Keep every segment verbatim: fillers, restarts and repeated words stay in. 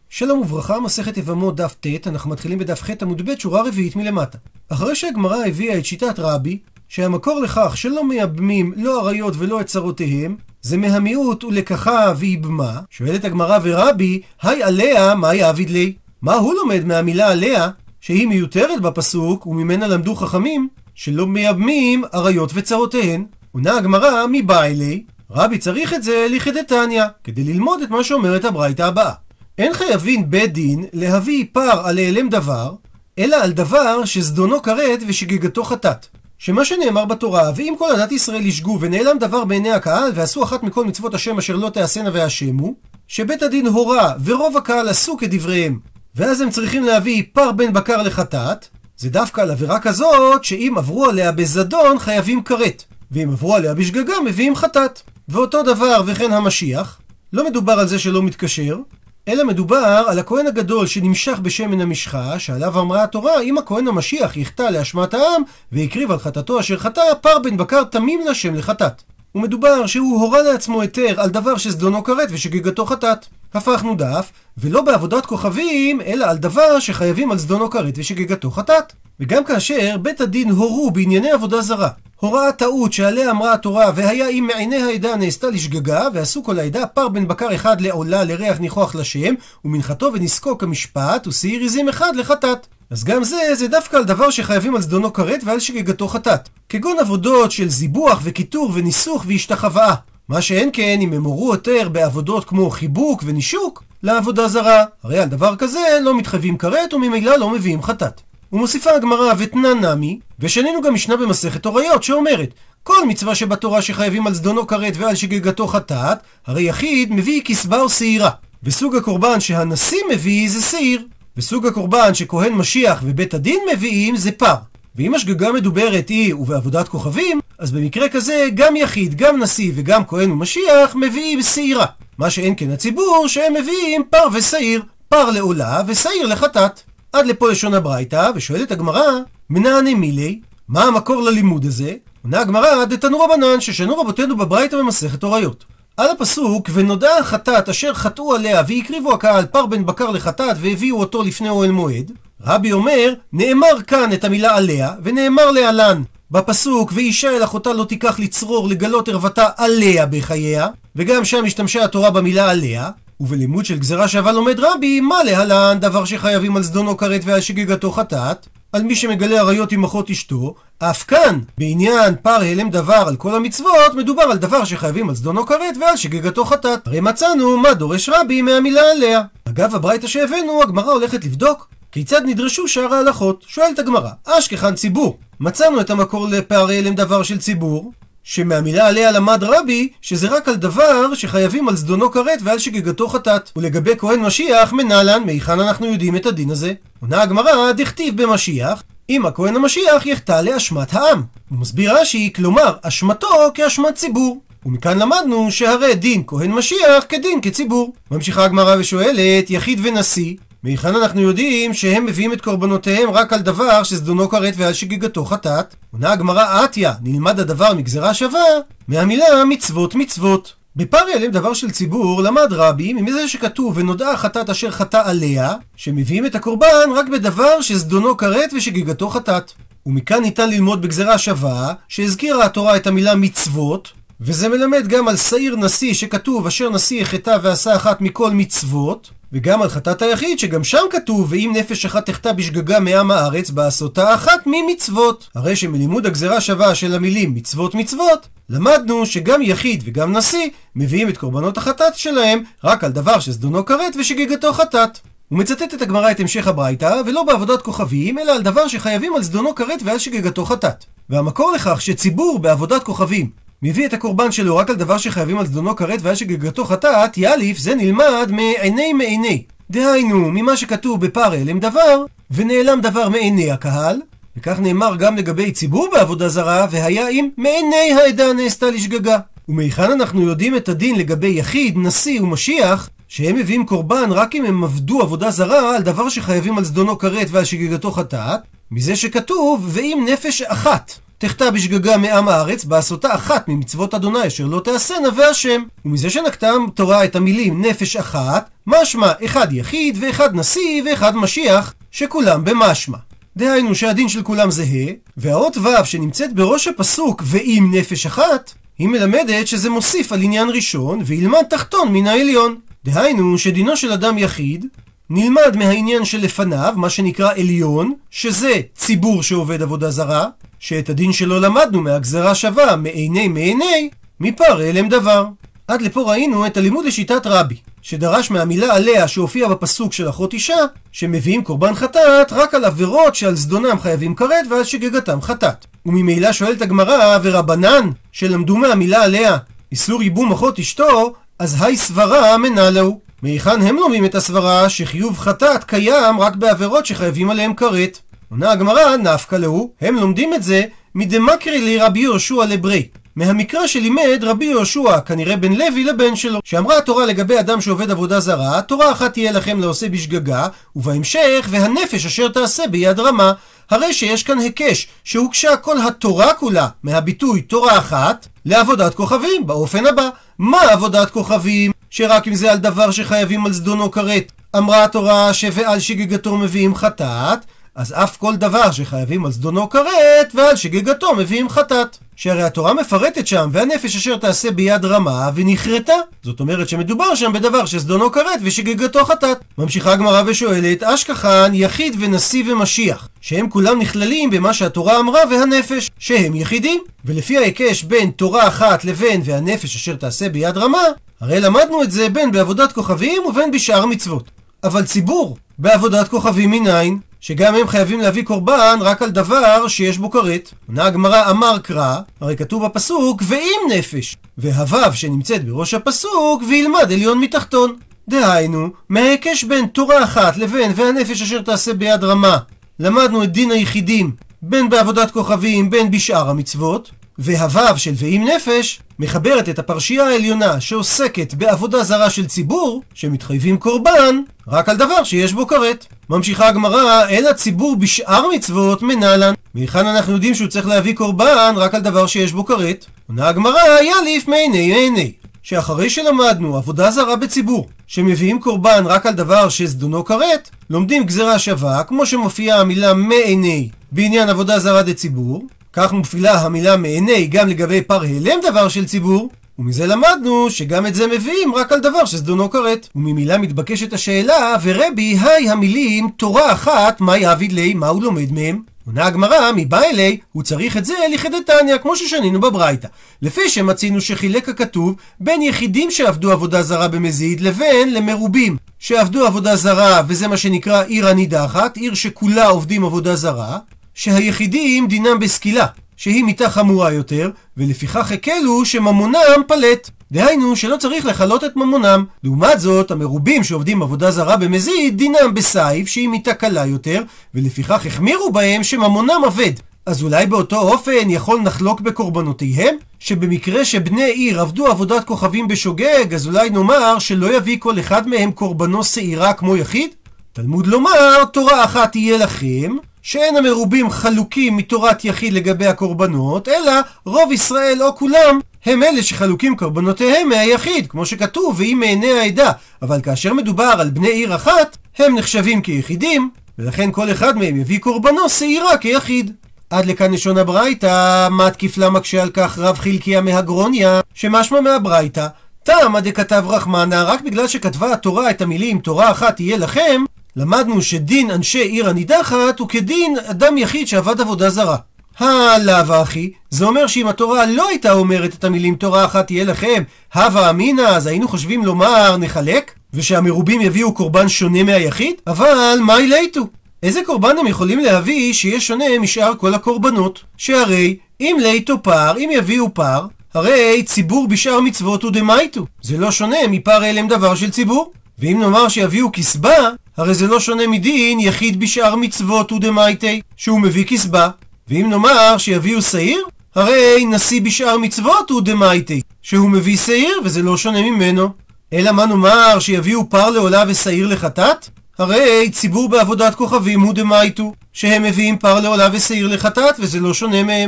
שלום וברכה, מסכת יבמות דף ט', אנחנו מתחילים בדף ח' עמוד ב' שורה רביעית מלמטה. אחרי שהגמרא הביאה את שיטת רבי, שהמקור לכך שלא מייבמים לא עריות ולא את צרותיהם, זה מהמיעוט ולקחה ויבמה, שואלת הגמרא ורבי, היי עליה, מה יעביד לי? מה הוא לומד מהמילה עליה, שהיא מיותרת בפסוק, וממנה למדו חכמים, שלא מייבמים עריות וצרותיהן? עונה הגמרא, מי בא אלי? רבי צריך את זה לכדתניא, כדי ללמוד את מה שאומרת הברייתא הבאה. אין חייבים בית דין להביא פר על העלם דבר, אלא על דבר שזדונו כרת ושגגתו חטאת. שמה שנאמר בתורה, ואם כל עדת ישראל ישגו ונעלם דבר בעיני הקהל ועשו אחת מכל מצוות השם אשר לא תעשנה והשמו, שבית הדין הורה ורוב הקהל עשו כדבריהם, ואז הם צריכים להביא פר בן בקר לחטאת, זה דווקא על עבירה כזאת שאם עברו עליה בזדון חייבים כרת, ואם עברו עליה בשגגה מביאים חטאת. ואותו דבר וכן המשיח, לא מדובר על זה שלא מתקשר, אלא מדובר על הכהן הגדול שנמשך בשמן המשחה, שעליו אמרה התורה, אם הכהן המשיח יחטא לאשמת העם, ויקריב על חטאתו אשר חטא, פר בן בקר תמים לשם לחטאת. ומדובר שהוא הורה לעצמו היתר על דבר שזדונו כרת ושגגתו חטאת. הפכנו דף, ולא בעבודת כוכבים, אלא על דבר שחייבים על זדונו כרת ושגגתו חטאת. וגם כאשר בית הדין הורו בענייני עבודה זרה, הוראה טעות שעליה אמרה התורה, והיה אם מעיני העדה נעשתה לשגגה, ועשו כל העדה פר בן בקר אחד לעולה לריח ניחוח לשם, ומנחתו ונסקו כמשפט, ושעיר עזים אחד לחטאת. אז גם זה, זה דווקא על דבר שחייבים על זדונו כרת ועל שגגתו חטאת. כגון עבודות של זיבוח וקיטור וניסוך והשתחוואה. מה שאין כן אם הם הורו יותר בעבודות כמו חיבוק ונישוק לעבודה זרה. הרי על דבר כזה לא מתחייבים כרת וממילא לא מביאים חטאת. ומוסיפה הגמרא ותנן נמי, ושנינו גם משנה במסכת הוריות שאומרת, כל מצווה שבתורה שחייבים על זדונו כרת ועל שגגתו חטאת, הרי יחיד מביא כסבה או שעירה. וסוג הקורבן שהנשיא מביא זה שעיר. וסוג הקורבן שכהן משיח ובית הדין מביאים זה פר. ואם השגגה מדוברת היא ובעבודת כוכבים, אז במקרה כזה גם יחיד, גם נשיא וגם כהן ומשיח מביאים שעירה. מה שאין כן הציבור שהם מביאים פר ושעיר, פר לעולה ושעיר לחטאת. עד לפה לשון הברייתא, ושואלת הגמרא, מנעני מילי, מה המקור ללימוד הזה? עונה הגמרא, דתנו רבנן, ששנו רבותינו בברייתא במסכת הוריות. על הפסוק, ונודע החטאת אשר חטאו עליה והקריבו הקהל פר בן בקר לחטאת והביאו אותו לפני אוהל מועד, רבי אומר, נאמר כאן את המילה עליה, ונאמר להלן, בפסוק, ואישה אל אחותה לא תיקח לצרור לגלות ערוותה עליה בחייה, וגם שם השתמשה התורה במילה עליה, ובלימוד של גזרה שווה לומד רבי, מה להלן דבר שחייבים על זדונו כרת ועל שגגתו חטאת, על מי שמגלה עריות עם אחות אשתו, אף כאן, בעניין פר העלם דבר על כל המצוות, מדובר על דבר שחייבים על זדונו כרת ועל שגגתו חטאת. הרי מצאנו מה דורש רבי מהמילה עליה. אגב הברייתא שהבאנו, הגמרא הולכת לבדוק כיצד נדרשו שאר ההלכות. שואלת הגמרא, אשכחן ציבור, מצאנו את המקור לפר העלם דבר של ציבור, שמהמילה עליה למד רבי שזה רק על דבר שחייבים על זדונו כרת ועל שגגתו חטאת. ולגבי כהן משיח מנהלן, מהיכן אנחנו יודעים את הדין הזה? עונה הגמרא, דכתיב במשיח, אם הכהן המשיח יחטא לאשמת העם. הוא מסביר רש"י, כלומר אשמתו כאשמת ציבור. ומכאן למדנו שהרי דין כהן משיח כדין כציבור. ממשיכה הגמרא ושואלת, יחיד ונשיא, מהיכן אנחנו יודעים שהם מביאים את קורבנותיהם רק על דבר שזדונו כרת ועל שגגתו חטאת? עונה הגמרא, עתיה, נלמד הדבר מגזרה שווה מהמילה מצוות מצוות. בפר העלם דבר של ציבור למד רבי מזה שכתוב ונודע החטאת אשר חטא עליה, שמביאים את הקורבן רק בדבר שזדונו כרת ושגגתו חטאת. ומכאן ניתן ללמוד בגזרה שווה שהזכירה התורה את המילה מצוות, וזה מלמד גם על שעיר נשיא שכתוב אשר נשיא החטא ועשה אחת מכל מצוות, וגם על חטאת היחיד שגם שם כתוב ואם נפש אחת תחטא בשגגה מעם הארץ בעשותה אחת ממצוות. הרי שמלימוד הגזרה שווה של המילים מצוות מצוות למדנו שגם יחיד וגם נשיא מביאים את קורבנות החטאת שלהם רק על דבר שזדונו כרת ושגגתו חטאת. הוא מצטט את הגמרא את המשך הברייתא, ולא בעבודת כוכבים אלא על דבר שחייבים על זדונו כרת ועל שגגתו חטאת. והמקור לכך שציבור בעבודת כוכבים מביא את הקורבן שלו רק על דבר שחייבים על זדונו כרת ועל שגגתו חטאת, יאליף, זה נלמד מעיני מעיני. דהיינו, ממה שכתוב בפר העלם דבר, ונעלם דבר מעיני הקהל, וכך נאמר גם לגבי ציבור בעבודה זרה, והיה אם מעיני העדה נעשתה לשגגה. ומהיכן אנחנו יודעים את הדין לגבי יחיד, נשיא ומשיח, שהם מביאים קורבן רק אם הם עבדו עבודה זרה על דבר שחייבים על זדונו כרת ועל שגגתו חטאת? מזה שכתוב, ואם נפש אחת. תחטא בשגגה מעם הארץ, בעשותה אחת ממצוות אדוני אשר לא תעשנה והשם. ומזה שנקטה תורה את המילים נפש אחת, משמע אחד יחיד ואחד נשיא ואחד משיח, שכולם במשמע. דהיינו שהדין של כולם זהה, והאות ו' שנמצאת בראש הפסוק ועם נפש אחת, היא מלמדת שזה מוסיף על עניין ראשון וילמד תחתון מן העליון. דהיינו שדינו של אדם יחיד נלמד מהעניין שלפניו, מה שנקרא עליון, שזה ציבור שעובד עבודה זרה, שאת הדין שלו למדנו מהגזרה שווה מעיני מעיני, מפר אלם דבר. עד לפה ראינו את הלימוד לשיטת רבי, שדרש מהמילה עליה שהופיע בפסוק של אחות אישה, שמביאים קורבן חטאת רק על עבירות שעל זדונם חייבים כרת ועל שגגתם חטאת. וממילא שואלת הגמרא, ורבנן שלמדו מהמילה עליה איסור ייבום אחות אשתו, אז היי סברה מנה לו. מהיכן הם לומדים את הסברה שחיוב חטאת קיים רק בעבירות שחייבים עליהם כרת? עונה הגמרא, נפקא לו, הם לומדים את זה מדמקרי לי רבי יהושע לברי, מהמקרא שלימד רבי יהושע, כנראה בן לוי לבן שלו, שאמרה התורה לגבי אדם שעובד עבודה זרה, תורה אחת תהיה לכם לעושה בשגגה, ובהמשך והנפש אשר תעשה ביד רמה. הרי שיש כאן הקש שהוקשה כל התורה כולה מהביטוי תורה אחת לעבודת כוכבים באופן הבא. מה עבודת כוכבים? שרק אם זה על דבר שחייבים על זדונו כרת אמרה התורה שוועל שגגתו מביאים חטאת, אז אף כל דבר שחייבים על זדונו כרת ועל שגגתו מביאים חטאת. שהרי התורה מפרטת שם והנפש אשר תעשה ביד רמה ונחרטה, זאת אומרת שמדובר שם בדבר שזדונו כרת ושגגתו חטאת. ממשיכה הגמרא ושואלת, אשכחן יחיד ונשיא ומשיח, שהם כולם נכללים במה שהתורה אמרה והנפש, שהם יחידים, ולפי ההיקש בין תורה אחת לבין והנפש אשר תעשה ביד רמה, הרי למדנו את זה בין בעבודת כוכבים ובין בשאר מצוות. אבל ציבור בעבודת כוכבים מניין, שגם הם חייבים להביא קורבן רק על דבר שיש בו כרת. עונה הגמרא, אמר קרא, הרי כתוב בפסוק ועם נפש, והוו שנמצאת בראש הפסוק וילמד עליון מתחתון. דהיינו, מההיקש בין תורה אחת לבין והנפש אשר תעשה ביד רמה, למדנו את דין היחידים בין בעבודת כוכבים בין בשאר המצוות, והוו של ועם נפש מחברת את הפרשייה העליונה שעוסקת בעבודה זרה של ציבור שמתחייבים קורבן רק על דבר שיש בו כרת. ממשיכה הגמרא, אלא ציבור בשאר מצוות מנהלן, מכאן אנחנו יודעים שהוא צריך להביא קורבן רק על דבר שיש בו כרת. עונה הגמרא, יליף מעיני מעיני, שאחרי שלמדנו עבודה זרה בציבור שמביאים קורבן רק על דבר שזדונו כרת, לומדים גזרה שווה כמו שמופיעה המילה מעיני בעניין עבודה זרה דציבור, כך מופיעה המילה מעיני גם לגבי פר הלם דבר של ציבור, ומזה למדנו שגם את זה מביאים רק על דבר שזדונו כרת. וממילא מתבקשת השאלה, ורבי היי המילים תורה אחת מה יעביד לי, מה הוא לומד מהם? עונה הגמרא, מבא אלי הוא צריך את זה לכדתניא, כמו ששנינו בברייתא, לפי שמצינו שחילק הכתוב בין יחידים שעבדו עבודה זרה במזיד לבין למרובים שעבדו עבודה זרה, וזה מה שנקרא עיר הנידחת, עיר שכולה עובדים עבודה זרה, שהיחידים דינם בסקילה שהיא מיתה חמורה יותר, ולפיכך הקלו שממונם פלט, דהיינו שלא צריך לחלות את ממונם. לעומת זאת המרובים שעובדים עבודה זרה במזיד דינם בסייף שהיא מיתה קלה יותר, ולפיכך החמירו בהם שממונם עבד. אז אולי באותו אופן יכול נחלוק בקורבנותיהם, שבמקרה שבני עיר עבדו עבודת כוכבים בשוגג, אז אולי נאמר שלא יביא כל אחד מהם קורבנו שעירה כמו יחיד? תלמוד לומר תורה אחת תהיה לכם, שאין המרובים חלוקים מתורת יחיד לגבי הקורבנות, אלא רוב ישראל או כולם הם אלה שחלוקים קורבנותיהם מהיחיד, כמו שכתוב ואם מעיני העדה. אבל כאשר מדובר על בני עיר אחת, הם נחשבים כיחידים, ולכן כל אחד מהם יביא קורבנו שעירה כיחיד. עד לכאן לשון הברייתא. מה תקיפלה מקשה על כך רב חלקיה מהגרוניה, שמשמע מהברייתא תמה דכתב רחמנה, רק בגלל שכתבה התורה את המילים תורה אחת תהיה לכם, למדנו שדין אנשי עיר הנידחת הוא כדין אדם יחיד שעבד עבודה זרה. הלאו אחי, זה אומר שאם התורה לא הייתה אומרת את המילים תורה אחת תהיה לכם, הווה אמינא, אז היינו חושבים לומר נחלק, ושהמרובים יביאו קורבן שונה מהיחיד? אבל מה אילייתו? איזה קורבן הם יכולים להביא שיהיה שונה משאר כל הקורבנות? שהרי אם לייתו פר, אם יביאו פר, הרי ציבור בשאר מצוות הוא דמייתו, זה לא שונה מפר אלם דבר של ציבור. ואם נאמר שיביאו כסבה, הרי זה לא שונה מדין יחיד בשאר מצוות הוא דמייתי, שהוא מביא כסבה. ואם נאמר שיביאו שעיר, הרי נשיא בשאר מצוות הוא דמייתי, שהוא מביא שעיר וזה לא שונה ממנו. אלא מה נאמר שיביאו פר לעולה ושעיר לחטאת? הרי ציבור בעבודת כוכבים הוא דמייתו, שהם מביאים פר לעולה ושעיר לחטאת וזה לא שונה מהם.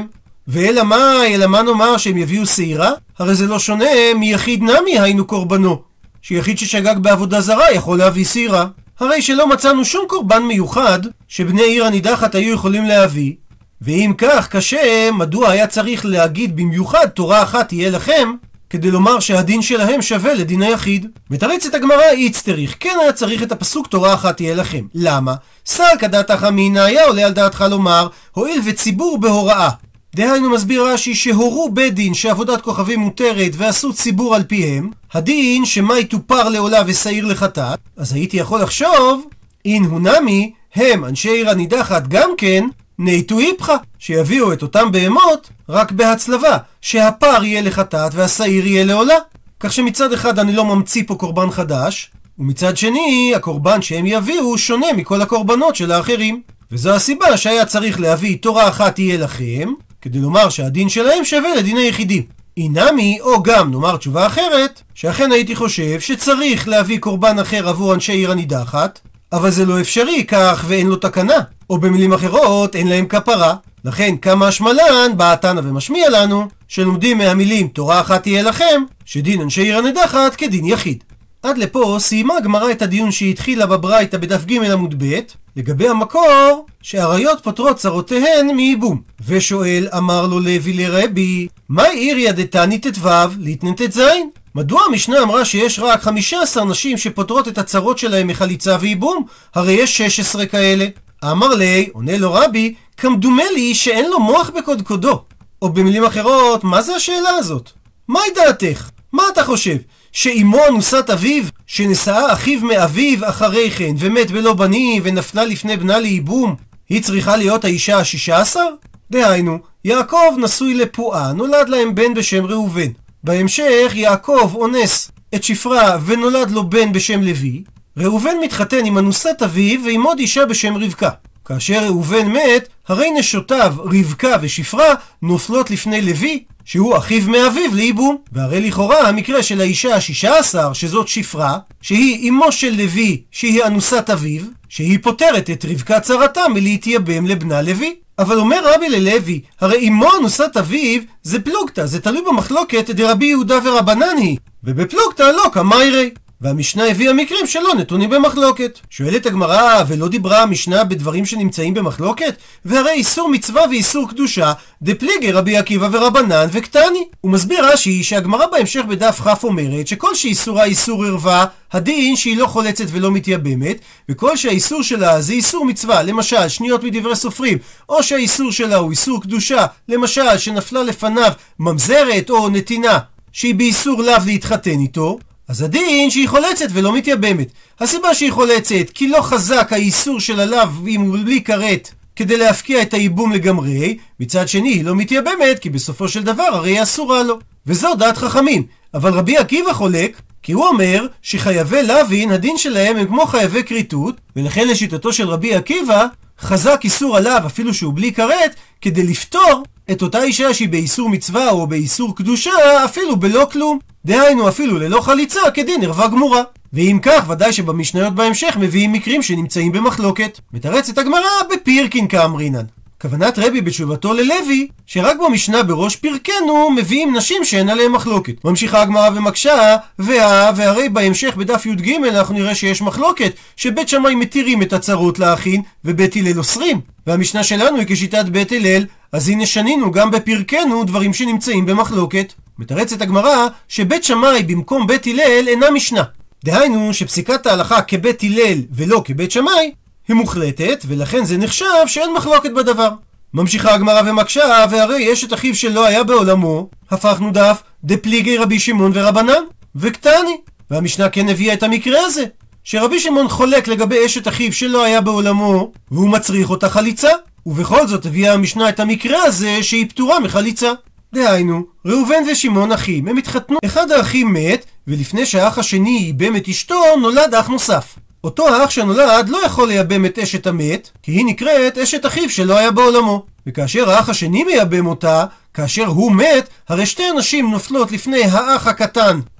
ואלא מה, אלא מה נאמר שהם יביאו שעירה? הרי זה לא שונה מיחיד נמי היינו קורבנו, שיחיד ששגג בעבודה זרה יכול להביא שעירה. הרי שלא מצאנו שום קורבן מיוחד שבני עיר הנידחת היו יכולים להביא, ואם כך קשה, מדוע היה צריך להגיד במיוחד תורה אחת תהיה לכם, כדי לומר שהדין שלהם שווה לדין היחיד? מתרצת הגמרא איצטריך, כן היה צריך את הפסוק תורה אחת תהיה לכם. למה? סלקא דעתך אמינא, היה עולה על דעתך לומר הואיל וציבור בהוראה. דהיינו מסביר רש"י שהורו בית דין שעבודת כוכבים מותרת ועשו ציבור על פיהם, הדין שמאי תופר לעולה ושעיר לחטאת, אז הייתי יכול לחשוב אין הוא נמי, הם אנשי עיר הנידחת גם כן נייטו איפכא, שיביאו את אותם בהמות רק בהצלבה, שהפר יהיה לחטאת והשעיר יהיה לעולה. כך שמצד אחד אני לא ממציא פה קורבן חדש, ומצד שני הקורבן שהם יביאו שונה מכל הקורבנות של האחרים, וזו הסיבה שהיה צריך להביא תורה אחת תהיה לכם, כדי לומר שהדין שלהם שווה לדין היחידים. אינמי, או גם נאמר תשובה אחרת, שאכן הייתי חושב שצריך להביא קורבן אחר עבור אנשי עיר הנידחת, אבל זה לא אפשרי כך ואין לו תקנה, או במילים אחרות אין להם כפרה. לכן כמה השמלן בא התנא ומשמיע לנו שלומדים מהמילים תורה אחת תהיה לכם שדין אנשי עיר הנידחת כדין יחיד. עד לפה סיימה הגמרא את הדיון שהתחילה בברייתא בדף ג' עמוד ב' לגבי המקור שהעריות פותרות צרותיהן מייבום. ושואל אמר לו לוי לרבי מהי עיריה דתני ט"ו ליתנן ט"ז? מדוע המשנה אמרה שיש רק חמישה עשר נשים שפותרות את הצרות שלהם מחליצה וייבום? הרי יש שש עשרה כאלה. אמר לי, עונה לו רבי, כמדומה לי שאין לו מוח בקודקודו. או במילים אחרות, מה זה השאלה הזאת? מהי דעתך? מה אתה חושב? שאימו אנוסת אביו, שנשאה אחיו מאביו אחרי כן, ומת בלא בנים, ונפלה לפני בנה לייבום, היא צריכה להיות האישה השישה עשר? דהיינו, יעקב נשוי לפועה, נולד להם בן בשם ראובן. בהמשך יעקב אונס את שפרה ונולד לו בן בשם לוי. ראובן מתחתן עם אנוסת אביו ועם עוד אישה בשם רבקה. כאשר ראובן מת, הרי נשותיו רבקה ושפרה נופלות לפני לוי, שהוא אחיו מאביו לייבום. והרי לכאורה המקרה של האישה השישה עשר, שזאת שפרה, שהיא אמו של לוי, שהיא אנוסת אביו, שהיא פותרת את רבקה צרתה מלהתייבם לבנה לוי. אבל אומר רבי ללוי, הרי אמו אנוסת אביו זה פלוגתא, זה תלוי במחלוקת דרבי יהודה ורבנן היא, ובפלוגתא לא כמיירי. והמשנה הביאה מקרים שלא נתונים במחלוקת. שואלת הגמרא, ולא דיברה המשנה בדברים שנמצאים במחלוקת? והרי איסור מצווה ואיסור קדושה דפליגי רבי עקיבא ורבנן וקטני. הוא מסביר רש"י שהגמרא בהמשך בדף כ' אומרת שכל שאיסורה איסור ערווה, הדין שהיא לא חולצת ולא מתייבמת, וכל שהאיסור שלה זה איסור מצווה, למשל שניות מדברי סופרים, או שהאיסור שלה הוא איסור קדושה, למשל שנפלה לפניו ממזרת או נתינה שהיא באיסור לאו להתחתן איתו, אז הדין שהיא חולצת ולא מתייבמת. הסיבה שהיא חולצת כי לא חזק האיסור של הלאו אם הוא בלי כרת כדי להפקיע את הייבום לגמרי, מצד שני היא לא מתייבמת כי בסופו של דבר הרי אסורה לו. וזו דעת חכמים. אבל רבי עקיבא חולק, כי הוא אומר שחייבי לוין הדין שלהם הם כמו חייבי כריתות, ולכן לשיטתו של רבי עקיבא חזק איסור עליו אפילו שהוא בלי כרת כדי לפתור את אותה אישה שהיא באיסור מצווה או באיסור קדושה אפילו בלא כלום, דהיינו אפילו ללא חליצה כדין ערווה גמורה. ואם כך ודאי שבמשניות בהמשך מביאים מקרים שנמצאים במחלוקת. מתרצת הגמרא בפירקין כאמרינן. כוונת רבי בתשובתו ללוי שרק במשנה בראש פרקנו מביאים נשים שאין עליהם מחלוקת. ממשיכה הגמרא ומקשה, וה, והרי בהמשך בדף י"ג אנחנו נראה שיש מחלוקת שבית שמאי מתירים את הצרות לאחין ובית הלל אוסרים, והמשנה שלנו היא כשיטת בית הלל, אז הנה שנינו גם בפרקנו דברים שנמצאים במחלוקת. מתרצת הגמרא שבית שמאי במקום בית הלל אינה משנה, דהיינו שפסיקת ההלכה כבית הלל ולא כבית שמאי היא מוחלטת, ולכן זה נחשב שאין מחלוקת בדבר. ממשיכה הגמרא ומקשה, והרי יש את אחיו שלא היה בעולמו, הפכנו דף דפליגי רבי שמעון ורבנן וקטני. והמשנה כן הביאה את המקרה הזה שרבי שמעון חולק לגבי אשת אחיו שלא היה בעולמו והוא מצריך אותה חליצה, ובכל זאת הביאה המשנה את המקרה הזה שהיא פטורה מחליצה. דהיינו, ראובן ושמעון אחים, הם התחתנו, אחד האחים מת, ולפני שהאח השני ייבם את אשתו נולד אח נוסף. אותו האח שנולד לא יכול לייבם את אשת המת, כי היא נקראת אשת אחיו שלא היה בעולמו. וכאשר האח השני מייבם אותה, כאשר הוא מת, הרי שתי אנשים נופלות לפני האח הקטן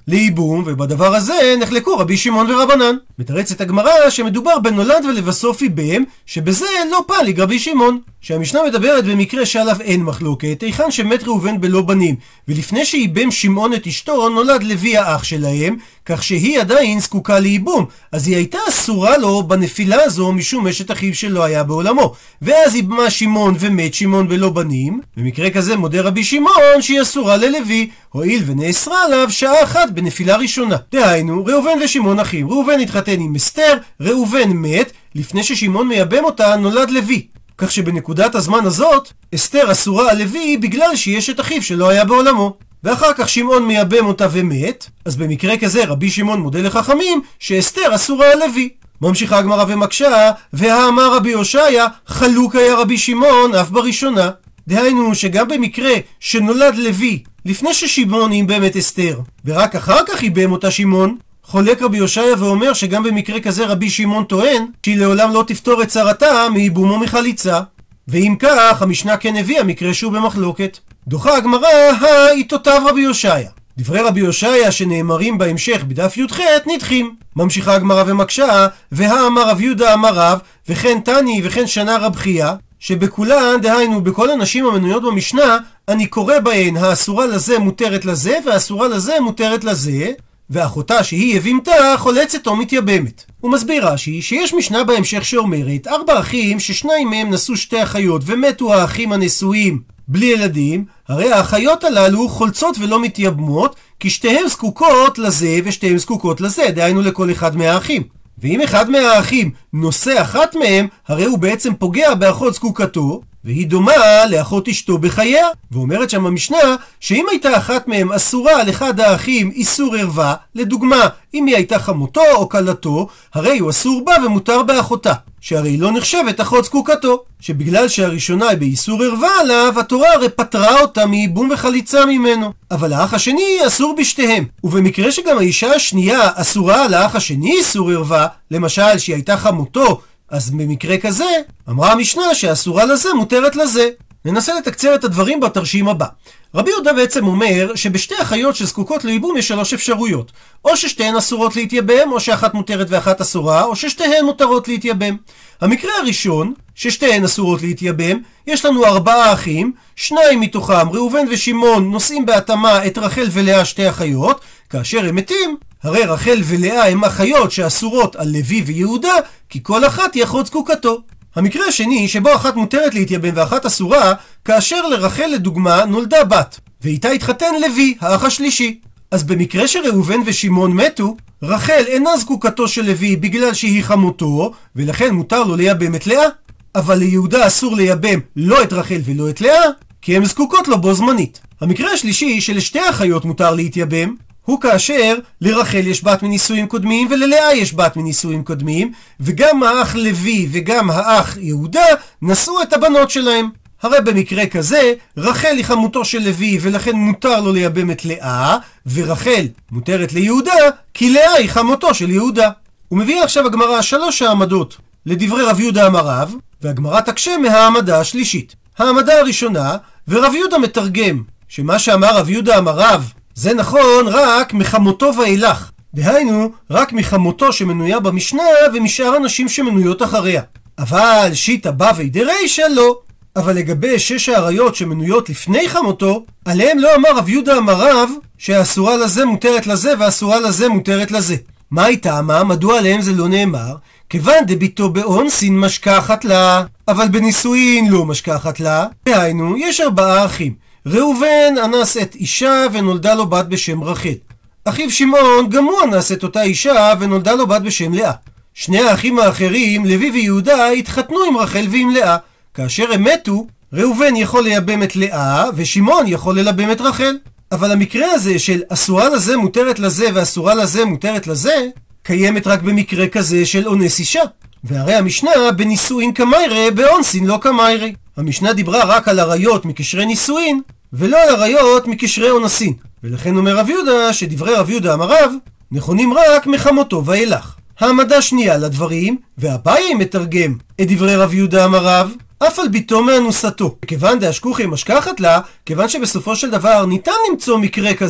לייבום, ובדבר הזה נחלקו רבי שמעון ורבנן. מתרצת הגמרא שמדובר בנולד ולבסוף ייבם, שבזה לא פליג רבי שמעון. שהמשנה מדברת במקרה שעליו אין מחלוקת, היכן שמת ראובן בלא בנים, ולפני שייבם שמעון את אשתו נולד לוי האח שלהם, כך שהיא עדיין זקוקה לייבום, אז היא הייתה אסורה לו בנפילה הזו משום אשת אחיו שלא היה בעולמו, ואז ייבמה שמעון ומת שמעון בלא בנים. במקרה כזה מודה רבי שמעון שהיא אסורה ללוי, הואיל ונאסרה עליו שעה אחת בנפילה ראשונה. דהיינו, ראובן ושמעון אחים, ראובן התחתן עם אסתר, ראובן מת, לפני ששמעון מייבם אותה נולד לוי, כך שבנקודת הזמן הזאת אסתר אסורה על לוי בגלל שיש את אחיו שלא היה בעולמו, ואחר כך שמעון מייבם אותה ומת, אז במקרה כזה רבי שמעון מודה לחכמים שאסתר אסורה על לוי. ממשיכה הגמרא ומקשה, והאמר רבי הושעיה חלוק היה רבי שמעון אף בראשונה. דהיינו שגם במקרה שנולד לוי לפני ששמעון ייבם את אסתר ורק אחר כך ייבם אותה שמעון, חולק רבי הושעיה ואומר שגם במקרה כזה רבי שמעון טוען שהיא לעולם לא תפתור את צרתה מייבום או מחליצה. ואם כך, המשנה כן הביאה מקרה שהוא במחלוקת. דוחה הגמרא העיתותיו רבי הושעיה. דברי רבי הושעיה שנאמרים בהמשך בדף י"ח נדחים. ממשיכה הגמרא ומקשה, והאמר רב יהודה אמר רב, וכן תני וכן שנה רב חייא, שבכולן, דהיינו בכל הנשים המנויות במשנה, אני קורא בהן האסורה לזה מותרת לזה והאסורה לזה מותרת לזה, ואחותה שהיא יבימתה חולצת או מתייבמת. הוא מסביר רש"י שיש משנה בהמשך שאומרת ארבע אחים ששניים מהם נשאו שתי אחיות ומתו האחים הנשואים בלי ילדים, הרי האחיות הללו חולצות ולא מתייבמות, כי שתיהם זקוקות לזה ושתיהם זקוקות לזה, דהיינו לכל אחד מהאחים. ואם אחד מהאחים נושא אחת מהם, הרי הוא בעצם פוגע באחות זקוקתו, והיא דומה לאחות אשתו בחייה. ואומרת שם המשנה שאם הייתה אחת מהם אסורה על אחד האחים איסור ערווה, לדוגמה אם היא הייתה חמותו או כלתו, הרי הוא אסור בה ומותר באחותה, שהרי היא לא נחשבת אחות זקוקתו, שבגלל שהראשונה היא באיסור ערווה עליו, התורה הרי פטרה אותה מייבום וחליצה ממנו, אבל האח השני אסור בשתיהם. ובמקרה שגם האישה השנייה אסורה על האח השני איסור ערווה, למשל שהיא הייתה חמותו, אז במקרה כזה אמרה המשנה שאסורה לזה מותרת לזה. ננסה לתקצר את הדברים בתרשים הבא. רבי יהודה בעצם אומר שבשתי אחיות שזקוקות לייבום יש שלוש אפשרויות, או ששתיהן אסורות להתייבם, או שאחת מותרת ואחת אסורה, או ששתיהן מותרות להתייבם. המקרה הראשון, ששתיהן אסורות להתייבם, יש לנו ארבעה אחים, שניים מתוכם ראובן ושמעון נושאים בהתאמה את רחל ולאה שתי אחיות, כאשר הם מתים הרי רחל ולאה הם אחיות שאסורות על לוי ויהודה, כי כל אחת היא אחות זקוקתו. המקרה השני, שבו אחת מותרת להתייבם ואחת אסורה, כאשר לרחל לדוגמה נולדה בת, ואיתה התחתן לוי, האח השלישי. אז במקרה שראובן ושמעון מתו, רחל אינה זקוקתו של לוי בגלל שהיא חמותו, ולכן מותר לו לייבם את לאה. אבל ליהודה אסור לייבם לא את רחל ולא את לאה, כי הן זקוקות לו בו זמנית. המקרה השלישי, שלשתי אחיות מותר להתייבם, הוא כאשר לרחל יש בת מנישואים קודמים וללאה יש בת מנישואים קודמים, וגם האח לוי וגם האח יהודה נשאו את הבנות שלהם. הרי במקרה כזה רחל היא חמותו של לוי ולכן מותר לו לייבם את לאה, ורחל מותרת ליהודה כי לאה היא חמותו של יהודה. הוא מביא עכשיו הגמרא שלוש העמדות לדברי רב יהודה אמר רב, והגמרא תקשה מהעמדה השלישית. העמדה הראשונה, ורב יהודה מתרגם שמה שאמר רב יהודה אמר רב זה נכון רק מחמותו ואילך, דהיינו רק מחמותו שמנויה במשנה ומשאר הנשים שמנויות אחריה. אבל שיטה בווי דרישא לא. אבל לגבי שש העריות שמנויות לפני חמותו, עליהם לא אמר רב יהודה אמר רב שהאסורה לזה מותרת לזה והאסורה לזה מותרת לזה. מה הייתה מה? מדוע עליהם זה לא נאמר? כיוון דביתו באונסין משכחת לה, אבל בנישואין לא משכחת לה. דהיינו, יש ארבעה אחים. ראובן אנס את אישה ונולדה לו בת בשם רחל. אחיו שמעון גם הוא אנס את אותה אישה ונולדה לו בת בשם לאה. שני האחים האחרים, לוי ויהודה, התחתנו עם רחל ועם לאה. כאשר הם מתו, ראובן יכול לייבם את לאה ושמעון יכול ללבם את רחל. אבל המקרה הזה של אסורה לזה מותרת לזה ואסורה לזה מותרת לזה, קיימת רק במקרה כזה של אונס אישה. והרי המשנה בנישואין כמיירה באונסין לא כמיירה. המשנה דיברה רק על עריות מקשרי נישואין ולא על עריות מקשרי אונסין, ולכן אומר רב יהודה שדברי רב יהודה אמר רב נכונים רק מחמותו ואילך. העמדה שנייה לדברים, ואביי מתרגם את דברי רב יהודה אמר רב אף על ביתו מאנוסתו, כיוון דאשכוחי משכחת לה, כיוון שבסופו של דבר ניתן למצוא מקרה כזה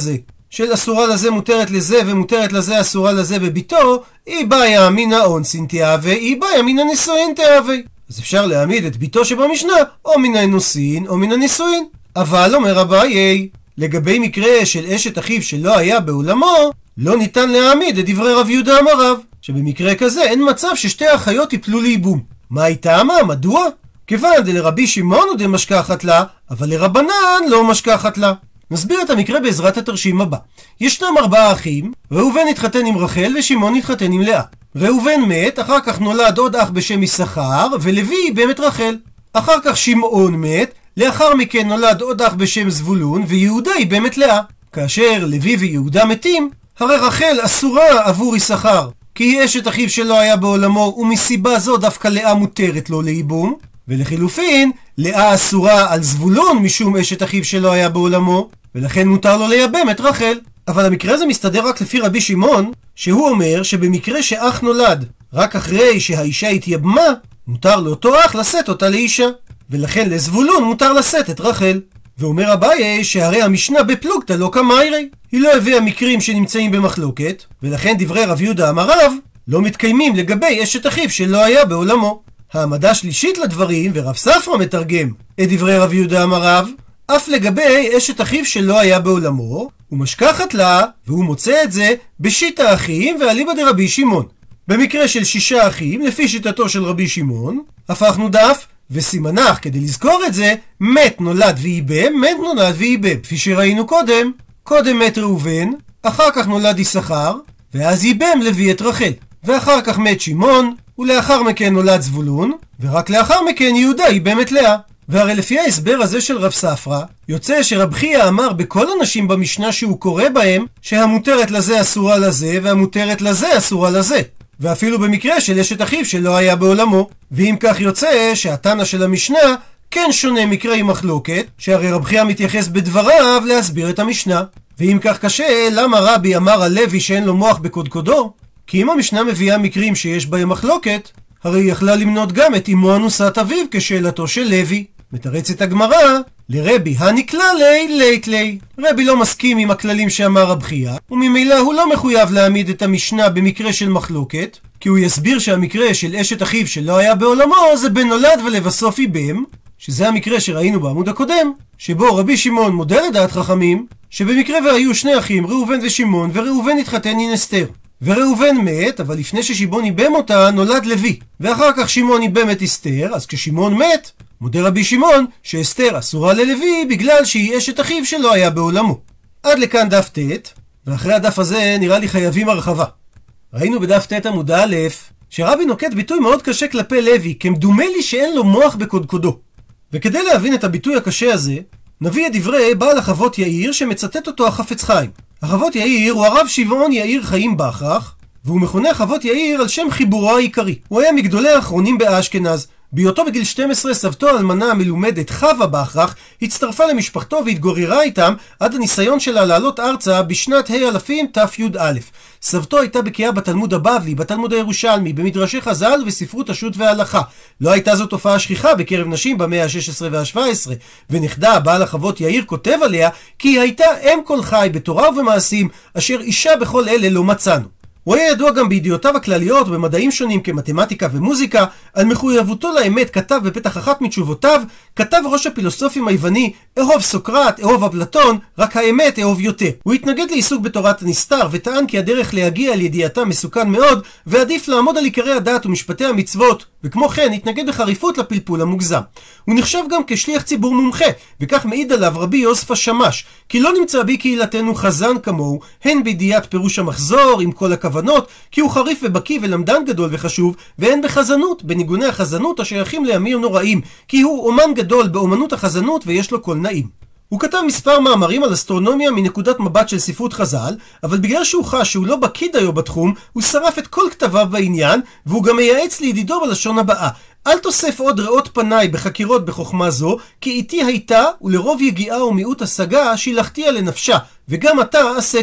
של אסורה לזה מותרת לזה ומותרת לזה אסורה לזה בביתו, היא בעיה מן האונסין תהווה, היא בעיה מן הנישואין תהווה. אז אפשר להעמיד את ביתו שבמשנה או מן האנוסין או מן הנישואין. אבל אומר אביי, לגבי מקרה של אשת אחיו שלא היה בעולמו, לא ניתן להעמיד את דברי רב יהודה אמר רב, שבמקרה כזה אין מצב ששתי האחיות יפלו לאיבום. מה היא טעמה? מדוע? כיוון דלרבי שמעון הוא דמשכחת לה, אבל לרבנן לא משכחת לה. נסביר את המקרה בעזרת התרשים הבא. ישנם ארבעה אחים, ראובן התחתן עם רחל ושמעון התחתן עם לאה. ראובן מת, אחר כך נולד עוד אח בשם יששכר, ולוי איבם את רחל. אחר כך שמעון מת, לאחר מכן נולד עוד אח בשם זבולון, ויהודה איבם את לאה. כאשר לוי ויהודה מתים, הרי רחל אסורה עבור יששכר, כי היא אשת אחיו שלא היה בעולמו, ומסיבה זו דווקא לאה מותרת לו לאיבום. ולחילופין, לאה אסורה על זבולון משום אשת אחיו שלא היה בעולמו, ולכן מותר לו לייבם את רחל. אבל המקרה הזה מסתדר רק לפי רבי שמעון, שהוא אומר שבמקרה שאח נולד רק אחרי שהאישה התייבמה, מותר לאותו אח לשאת אותה לאישה, ולכן לזבולון מותר לשאת את רחל. ואומר אביי שהרי המשנה בפלוגתא לא כמיירי, היא לא הביאה מקרים שנמצאים במחלוקת, ולכן דברי רב יהודה אמר רב לא מתקיימים לגבי אשת אחיו שלא היה בעולמו. העמדה שלישית לדברים, ורב ספרא מתרגם את דברי רב יהודה אמר רב, אף לגבי אשת אחיו שלא היה בעולמו, הוא משכחת לה, והוא מוצא את זה בשיטה האחים ואליבא דרבי שמעון. במקרה של שישה אחים, לפי שיטתו של רבי שמעון, הפכנו דף וסימנך כדי לזכור את זה, מת נולד ואיבם, מת נולד ואיבם. כפי שראינו קודם, קודם מת ראובן, אחר כך נולד יששכר, ואז איבם לוי את רחל. ואחר כך מת שמעון, ולאחר מכן נולד זבולון, ורק לאחר מכן יהודה איבם את לאה. והרי לפי ההסבר הזה של רב ספרא, יוצא שרב חייא אמר בכל הנשים במשנה שהוא קורא בהם, שהמותרת לזה אסורה לזה, והמותרת לזה אסורה לזה. ואפילו במקרה של אשת אחיו שלא היה בעולמו. ואם כך יוצא שהתנא של המשנה כן שונה מקרי מחלוקת, שהרי רב חייא מתייחס בדבריו להסביר את המשנה. ואם כך קשה, למה רבי אמר על לוי שאין לו מוח בקודקודו? כי אם המשנה מביאה מקרים שיש בהם מחלוקת, הרי היא יכלה למנות גם את אמו אנוסת אביו כשאלתו של לוי. מתרצת הגמרא, לרבי הנקלה לי לית לי. רבי לא מסכים עם הכללים שאמר רב חייא, וממילא הוא לא מחויב להעמיד את המשנה במקרה של מחלוקת, כי הוא יסביר שהמקרה של אשת אחיו שלא היה בעולמו זה בנולד ולבסוף איבם, שזה המקרה שראינו בעמוד הקודם, שבו רבי שמעון מודה לדעת חכמים, שבמקרה והיו שני אחים, ראובן ושמעון, וראובן התחתן עם אסתר. וראובן מת, אבל לפני ששמעון איבם אותה נולד לוי, ואחר כך שמעון איבם את אסתר, אז כששמעון מת, מודה רבי שמעון שאסתר אסורה ללוי בגלל שהיא אשת אחיו שלא היה בעולמו. עד לכאן דף ט', ואחרי הדף הזה נראה לי חייבים הרחבה. ראינו בדף ט' עמוד א' שרבי נוקט ביטוי מאוד קשה כלפי לוי, כמדומה לי שאין לו מוח בקודקודו. וכדי להבין את הביטוי הקשה הזה, נביא את דברי בעל החוות יאיר שמצטט אותו החפץ חיים. החוות יאיר הוא הרב שמעון יאיר חיים בכרך, והוא מכונה חוות יאיר על שם חיבורו העיקרי. הוא היה מגדולי האחרונים באשכנז. בהיותו בגיל שתים עשרה סבתו האלמנה המלומדת חווה בכרך הצטרפה למשפחתו והתגוררה איתם עד הניסיון שלה לעלות ארצה בשנת ה' אלפים תי"א. סבתו הייתה בקיאה בתלמוד הבבלי, בתלמוד הירושלמי, במדרשי חז"ל וספרות השו"ת וההלכה. לא הייתה זו תופעה שכיחה בקרב נשים במאה ה-שש עשרה וה-שבע עשרה, ונכדה בעל החוות יאיר כותב עליה כי היא הייתה אם כל חי בתורה ובמעשים אשר אישה בכל אלה לא מצאנו. הוא היה ידוע גם בידיעותיו הכלליות במדעים שונים כמתמטיקה ומוזיקה. על מחויבותו לאמת כתב בפתח אחת מתשובותיו, כתב ראש הפילוסופים היווני, אהוב סוקרט, אהוב אפלטון, רק האמת אהוב יותר. הוא התנגד לעיסוק בתורת הנסתר וטען כי הדרך להגיע על ידיעתה מסוכן מאוד, ועדיף לעמוד על עיקרי הדת ומשפטי המצוות, וכמו כן התנגד בחריפות לפלפול המוגזם. הוא נחשב גם כשליח ציבור מומחה, וכך מעיד עליו רבי יוסף השמש, כי לא נמצא בי קהילתנו חזן כמוהו, הן בידיעת פירוש המחזור עם כל הכוונות, כי הוא חריף ובקי ולמדן גדול וחשוב, והן בחזנות, בניגוני החזנות השייכים לימים נוראים, כי הוא אומן גדול באומנות החזנות ויש לו קול נעים. הוא כתב מספר מאמרים על אסטרונומיה מנקודת מבט של ספרות חז"ל, אבל בגלל שהוא חש שהוא לא בקיא דיו בתחום, הוא שרף את כל כתביו בעניין, והוא גם מייעץ לידידו בלשון הבאה: אל תוסף עוד ראות פניי בחקירות בחוכמה זו, כי איתי הייתה, ולרוב יגיעה ומיעוט השגה שילחתיה לנפשה, וגם אתה עשה כן.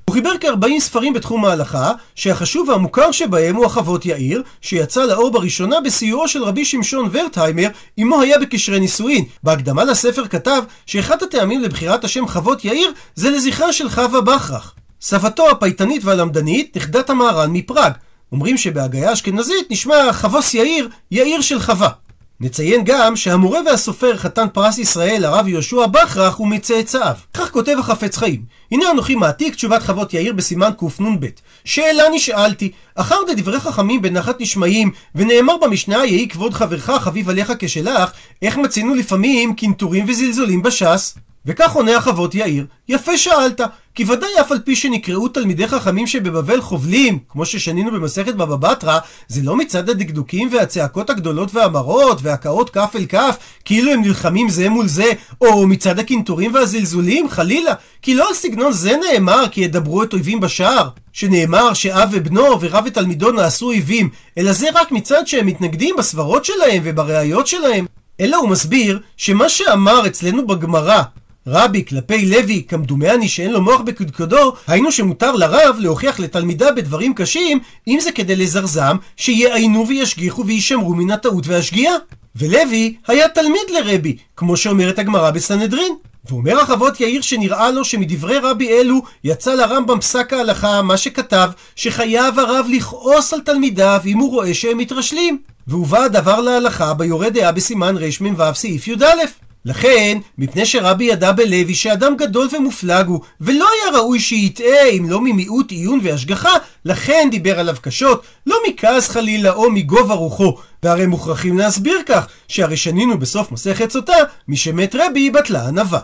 הוא חיבר כ-ארבעים ספרים בתחום ההלכה, שהחשוב והמוכר שבהם הוא החוות יאיר, שיצא לאור בראשונה בסיועו של רבי שמשון ורטהיימר, עמו היה בקשרי נישואין. בהקדמה לספר כתב שאחד הטעמים לבחירת השם חוות יאיר זה לזכרה של חווה בכרך, סבתו הפייטנית והלמדנית, נכדת המהר"ן מפראג. אומרים שבהגיה אשכנזית נשמע חבוס יאיר, יאיר של חווה. נציין גם שהמורה והסופר חתן פרס ישראל הרב יהושע בכרך הוא מצאצאיו. כך כותב החפץ חיים: הנה אנוכי מעתיק תשובת חוות יאיר בסימן קנ"ב. שאלה נשאלתי, אחר דברי חכמים בנחת נשמעים, ונאמר במשנה יהי כבוד חברך חביב עליך כשלך, איך מצינו לפעמים קנטורים וזלזולים בש"ס? וכך עונה החוות יאיר: יפה שאלת, כי ודאי אף על פי שנקראו תלמידי חכמים שבבבל חובלים, כמו ששנינו במסכת בבא בתרא, זה לא מצד הדקדוקים והצעקות הגדולות והמרות והקאות כף אל כף, כאילו הם נלחמים זה מול זה, או מצד הקנטורים והזלזולים, חלילה, כי לא על סגנון זה נאמר כי ידברו את אויבים בשער, שנאמר שאב ובנו ורב ותלמידו נעשו אויבים, אלא זה רק מצד שהם מתנגדים בסברות שלהם ובראיות שלהם. אלא הוא מסביר שמה שאמר אצלנו בגמרא רבי כלפי לוי כמדומני שאין לו מוח בקודקודו, היינו שמותר לרב להוכיח לתלמידה בדברים קשים, אם זה כדי לזרזם שיעיינו וישגיחו וישמרו מן הטעות והשגיאה. ולוי היה תלמיד לרבי, כמו שאומרת הגמרא בסנהדרין. ואומר החוות יאיר שנראה לו שמדברי רבי אלו יצא לרמב"ם פסק ההלכה מה שכתב שחייב הרב לכעוס על תלמידיו אם הוא רואה שהם מתרשלים, והובא הדבר להלכה ביורה דעה בסימן רמ"ו סעיף י"א. לכן, מפני שרבי ידע בלוי שאדם גדול ומופלג הוא, ולא היה ראוי שיטעה אם לא ממיעוט עיון והשגחה, לכן דיבר עליו קשות, לא מכעס חלילה או מגובה רוחו. והרי מוכרחים להסביר כך, שהרי שנינו בסוף מסכת סוטה, מי שמת רבי בטלה ענווה.